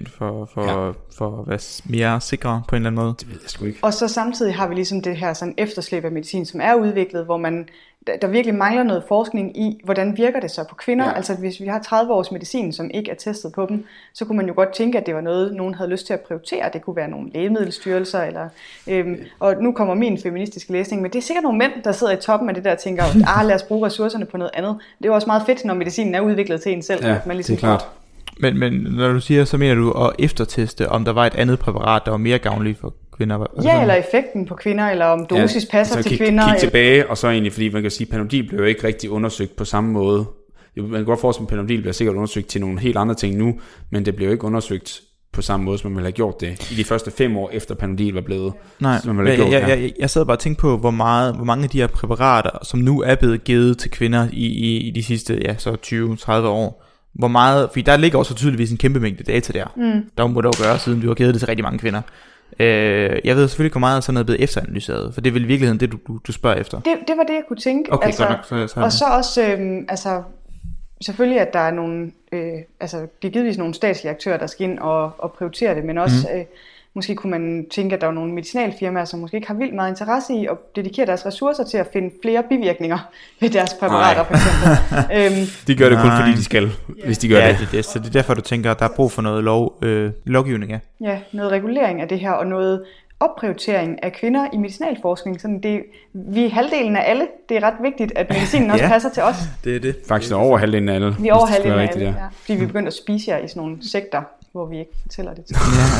for at være mere sikre på en eller anden måde. Det ved jeg sgu ikke. Og så samtidig har vi ligesom det her sådan efterslæb af medicin, som er udviklet, hvor der virkelig mangler noget forskning i, hvordan virker det så på kvinder. Ja. Altså hvis vi har 30 års medicin, som ikke er testet på dem, så kunne man jo godt tænke, at det var noget, nogen havde lyst til at prioritere. Det kunne være nogle lægemiddelstyrelser, eller, og nu kommer min feministiske læsning, men det er sikkert nogle mænd, der sidder i toppen af det der og tænker, lad os bruge ressourcerne på noget andet. Det er jo også meget fedt, når medicinen er udviklet til en selv. Ja, man ligesom det er klart. Men når du siger, så mener du at efterteste, om der var et andet præparat, der var mere gavnligt for kvinder? Ja, eller effekten på kvinder, eller om dosis passer til kvinder. Kig tilbage, og så egentlig, fordi man kan sige, at Panodil blev jo ikke rigtig undersøgt på samme måde. Man kan godt forestille, at Panodil bliver sikkert undersøgt til nogle helt andre ting nu, men det blev jo ikke undersøgt på samme måde, som man ville have gjort det i de første 5 år efter Panodil var blevet. Nej, jeg sad bare og tænkte på, hvor mange af de her præparater, som nu er blevet givet til kvinder i de sidste 20-30 år, hvor meget, fordi der ligger også tydeligvis en kæmpe mængde data der. Der må det jo gøre, siden vi har givet det til rigtig mange kvinder. Jeg ved selvfølgelig ikke, hvor meget sådan noget er blevet efteranalyseret, for det er vel i virkeligheden det, du spørger efter. Det var det, jeg kunne tænke. Okay, godt nok. Og så også, selvfølgelig, at der er nogle, det er givetvis nogle statslige aktører, der skal ind og prioritere det, men også... Måske kunne man tænke, at der er nogle medicinalfirmaer, som måske ikke har vildt meget interesse i at dedikere deres ressourcer til at finde flere bivirkninger ved deres præparater, for eksempel. De gør det kun fordi de skal, hvis de gør det. Så det er derfor, du tænker, at der er brug for noget lovgivning. Ja, noget regulering af det her, og noget opprioritering af kvinder i medicinalforskning. Sådan vi er halvdelen af alle. Det er ret vigtigt, at medicinen også passer til os. Det er det. Faktisk over halvdelen af alle. Vi er over halvdelen af alle, ja. Fordi vi er begyndt at spise jer i sådan nogle sekter, hvor vi ikke fortæller det til.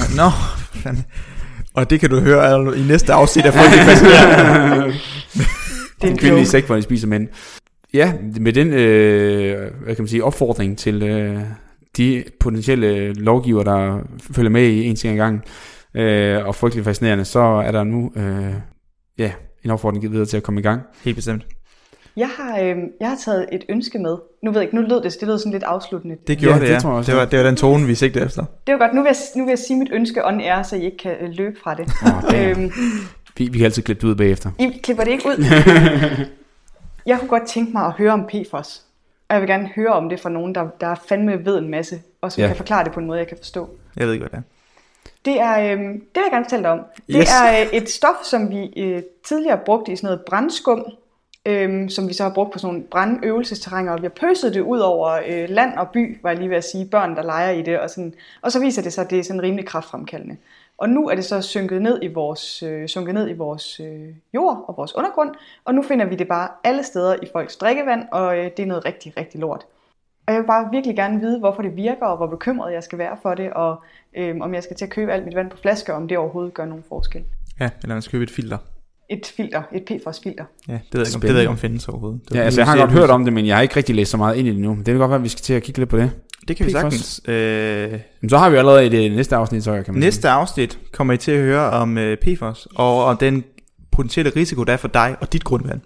Og det kan du høre i næste afsnit af Frygtelig Fascinerende. Det er en kvindelige sekt, hvor de spiser mænd. Ja, med den hvad kan man sige, opfordring til de potentielle lovgiver, der følger med i en ting ad gangen, og Frygtelig Fascinerende, så er der nu en opfordring givet videre til at komme i gang. Helt bestemt. Jeg har taget et ønske med. Nu ved jeg ikke, nu lød det lød sådan lidt afsluttende. Det gjorde det, tror jeg også. Det var den tone, vi sigtede efter. Det var godt. Nu vil jeg sige mit ønske on air, så I ikke kan løbe fra det. Vi kan altid klippe det ud bagefter. I klipper det ikke ud. Jeg kunne godt tænke mig at høre om PFOS. Og jeg vil gerne høre om det fra nogen, der fandme ved en masse, og som kan forklare det på en måde, jeg kan forstå. Jeg ved ikke, hvad det er. Det vil jeg gerne fortælle dig om. Det er et stof, som vi tidligere brugte i sådan noget brandskum, som vi så har brugt på sådan nogle brandøvelsesterrænger, og vi har pøset det ud over land og by, var jeg lige ved at sige, børn, der leger i det, og så viser det sig, at det er sådan rimelig kraftfremkaldende. Og nu er det så sunket ned i vores jord og vores undergrund, og nu finder vi det bare alle steder i folks drikkevand, og det er noget rigtig, rigtig lort. Og jeg vil bare virkelig gerne vide, hvorfor det virker, og hvor bekymret jeg skal være for det, og om jeg skal til at købe alt mit vand på flasker, om det overhovedet gør nogen forskel. Ja, eller man skal købe et filter. Et PFOS-filter. Ja, det ved jeg ikke om findes overhovedet. Ja, altså jeg har godt hørt om det, men jeg har ikke rigtig læst så meget ind i det nu. Det kan godt være, at vi skal til at kigge lidt på det. Det kan vi sagtens. Så har vi allerede i det næste afsnit, så kan man næste afsnit kommer I til at høre om PFOS, og den potentielle risiko, der er for dig og dit grundvand.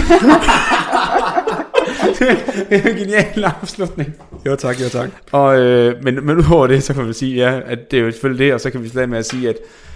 Det er en genial afslutning. Jo tak. Og, men udover det, så kan vi sige, ja, at det er jo selvfølgelig det, og så kan vi slet med at sige,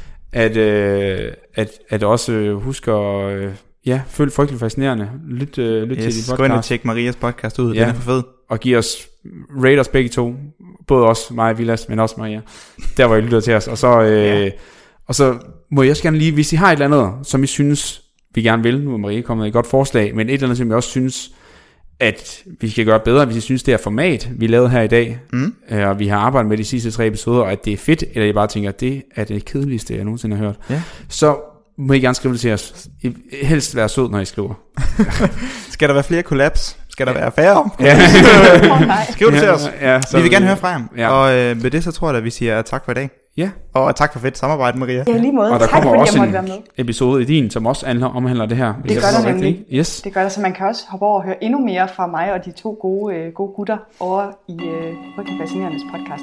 at også huske at følge Frygteligt Fascinerende. Lyt til de podcast. Gå ind og tjek Marias podcast ud, den er for fed. Og giv os, rate os begge to, både os, mig og Vilas, men også Maria, der hvor I lytter til os. Og så, og så må jeg også gerne lige, hvis I har et eller andet, som I synes, vi gerne vil, nu er Maria kommet med et godt forslag, men et eller andet, som jeg også synes, at vi skal gøre bedre, hvis I synes, det er format, vi lavede her i dag, og vi har arbejdet med de sidste 3 episoder, og at det er fedt, eller I bare tænker, at det er det kedeligste, jeg nogensinde har hørt, så må I gerne skrive det til os. Helst være sød, når I skriver. Skal der være flere collabs? Skal der være færre? Skriv det til os. Vi vil gerne høre fra jer. Og med det så tror jeg, at vi siger tak for i dag. Ja. Og tak for fedt samarbejde, Maria. Ja, lige måde. Og der tak, kommer også en være med. Episode i din, som også omhandler det her. Det gør der nemlig. Yes. Det gør der, så man kan også hoppe over og høre endnu mere fra mig og de 2 gode gutter over i Frygteligt Fascinerendes podcast.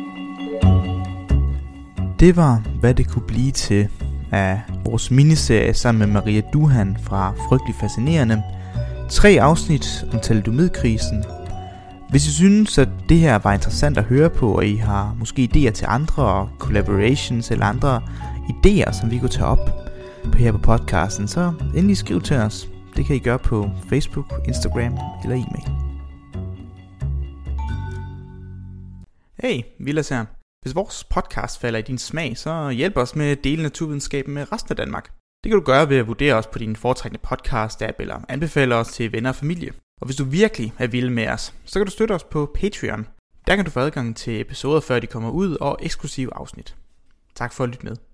Det var, hvad det kunne blive til af vores miniserie sammen med Maria Duhan fra Frygteligt Fascinerende. 3 afsnit om thalidomidkrisen. Hvis I synes, at det her var interessant at høre på, og I har måske idéer til andre collaborations eller andre idéer, som vi kunne tage op her på podcasten, så endelig skriv til os. Det kan I gøre på Facebook, Instagram eller e-mail. Hey, Vilas her. Hvis vores podcast falder i din smag, så hjælp os med at dele naturvidenskaben med resten af Danmark. Det kan du gøre ved at vurdere os på din foretrækkende podcast-app eller anbefale os til venner og familie. Og hvis du virkelig er vild med os, så kan du støtte os på Patreon. Der kan du få adgang til episoder, før de kommer ud, og eksklusive afsnit. Tak for at lytte med.